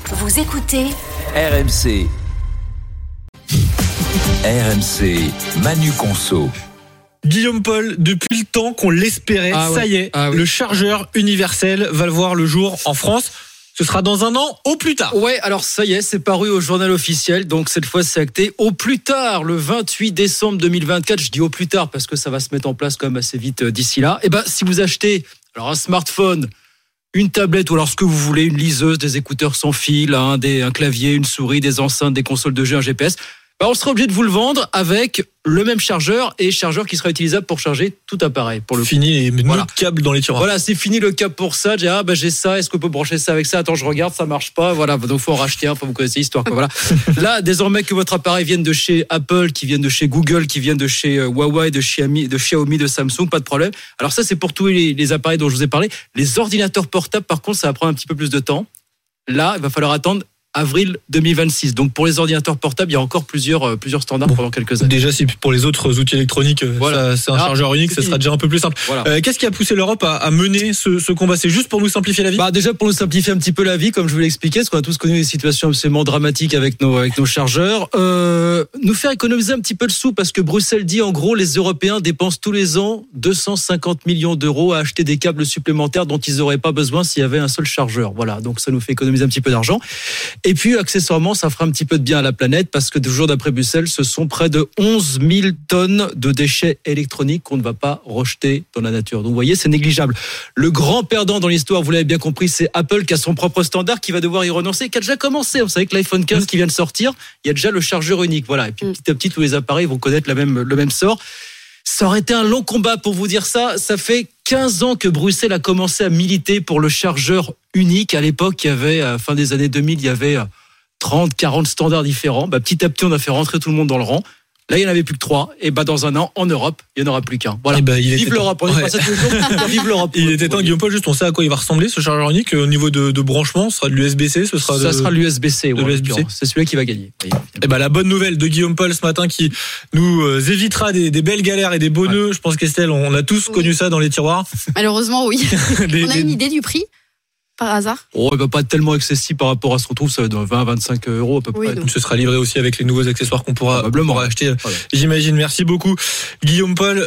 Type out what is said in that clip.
Vous écoutez RMC. RMC, Manu Conso. Guillaume Paul, depuis le temps qu'on l'espérait, ça y est, le chargeur universel va voir le jour en France. Ce sera dans un an, au plus tard. Ouais, alors ça y est, c'est paru au journal officiel. Donc cette fois, c'est acté au plus tard, le 28 décembre 2024. Je dis au plus tard parce que ça va se mettre en place quand même assez vite d'ici là. Et si vous achetez alors un smartphone, une tablette ou alors ce que vous voulez, une liseuse, des écouteurs sans fil, un clavier, une souris, des enceintes, des consoles de jeux, un GPS, on sera obligé de vous le vendre avec le même chargeur et chargeur qui sera utilisable pour charger tout appareil. Pour le fini les nœuds de câbles dans les tiroirs. Voilà, c'est fini le câble pour ça. J'ai ça. Est-ce qu'on peut brancher ça avec ça? Attends, je regarde, ça marche pas. Voilà, donc faut en racheter un. Vous connaissez l'histoire. Voilà. Là, désormais que votre appareil vienne de chez Apple, qui vienne de chez Google, qui vienne de chez Huawei, de Xiaomi, de Samsung, pas de problème. Alors ça, c'est pour tous les appareils dont je vous ai parlé. Les ordinateurs portables, par contre, ça va prendre un petit peu plus de temps. Là, il va falloir attendre avril 2026. Donc pour les ordinateurs portables, il y a encore plusieurs standards pendant quelques années. Déjà, si pour les autres outils électroniques, c'est un chargeur unique, ça sera déjà un peu plus simple. Voilà. Qu'est-ce qui a poussé l'Europe à mener ce combat? C'est juste pour nous simplifier la vie? Déjà pour nous simplifier un petit peu la vie, comme je vous l'ai expliqué, parce qu'on a tous connu des situations absolument dramatiques avec nos chargeurs. Nous faire économiser un petit peu le sou, parce que Bruxelles dit en gros, les Européens dépensent tous les ans 250 millions d'euros à acheter des câbles supplémentaires dont ils n'auraient pas besoin s'il y avait un seul chargeur. Voilà, donc ça nous fait économiser un petit peu d'argent. Et puis, accessoirement, ça fera un petit peu de bien à la planète parce que toujours d'après Bruxelles, ce sont près de 11 000 tonnes de déchets électroniques qu'on ne va pas rejeter dans la nature. Donc, vous voyez, c'est négligeable. Le grand perdant dans l'histoire, vous l'avez bien compris, c'est Apple qui a son propre standard, qui va devoir y renoncer, qui a déjà commencé. Vous savez que l'iPhone 15 qui vient de sortir, il y a déjà le chargeur unique. Voilà. Et puis, petit à petit, tous les appareils vont connaître le même sort. Ça aurait été un long combat pour vous dire ça. Ça fait 15 ans que Bruxelles a commencé à militer pour le chargeur unique. À l'époque, il y avait, à la fin des années 2000, il y avait 30, 40 standards différents. Petit à petit, on a fait rentrer tout le monde dans le rang. Là, il n'y en avait plus que 3. Et dans un an, en Europe, il n'y en aura plus qu'un. Voilà. Vive l'Europe. On est passé tous les jours. Vive l'Europe. Il était temps, Guillaume Paul, juste on sait à quoi il va ressembler ce chargeur unique au niveau de branchement. Ce sera de l'USB-C. Ça sera l'USB-C. C'est celui qui va gagner. La bonne nouvelle de Guillaume Paul ce matin qui nous évitera des belles galères et des beaux nœuds. Je pense qu'Estelle, on a tous connu ça dans les tiroirs. Malheureusement, oui. On a une idée du prix? Par hasard? Pas tellement excessif par rapport à ce qu'on trouve, ça va être 20-25 euros à peu près. Donc ce sera livré aussi avec les nouveaux accessoires qu'on pourra acheter. J'imagine. Merci beaucoup, Guillaume Paul.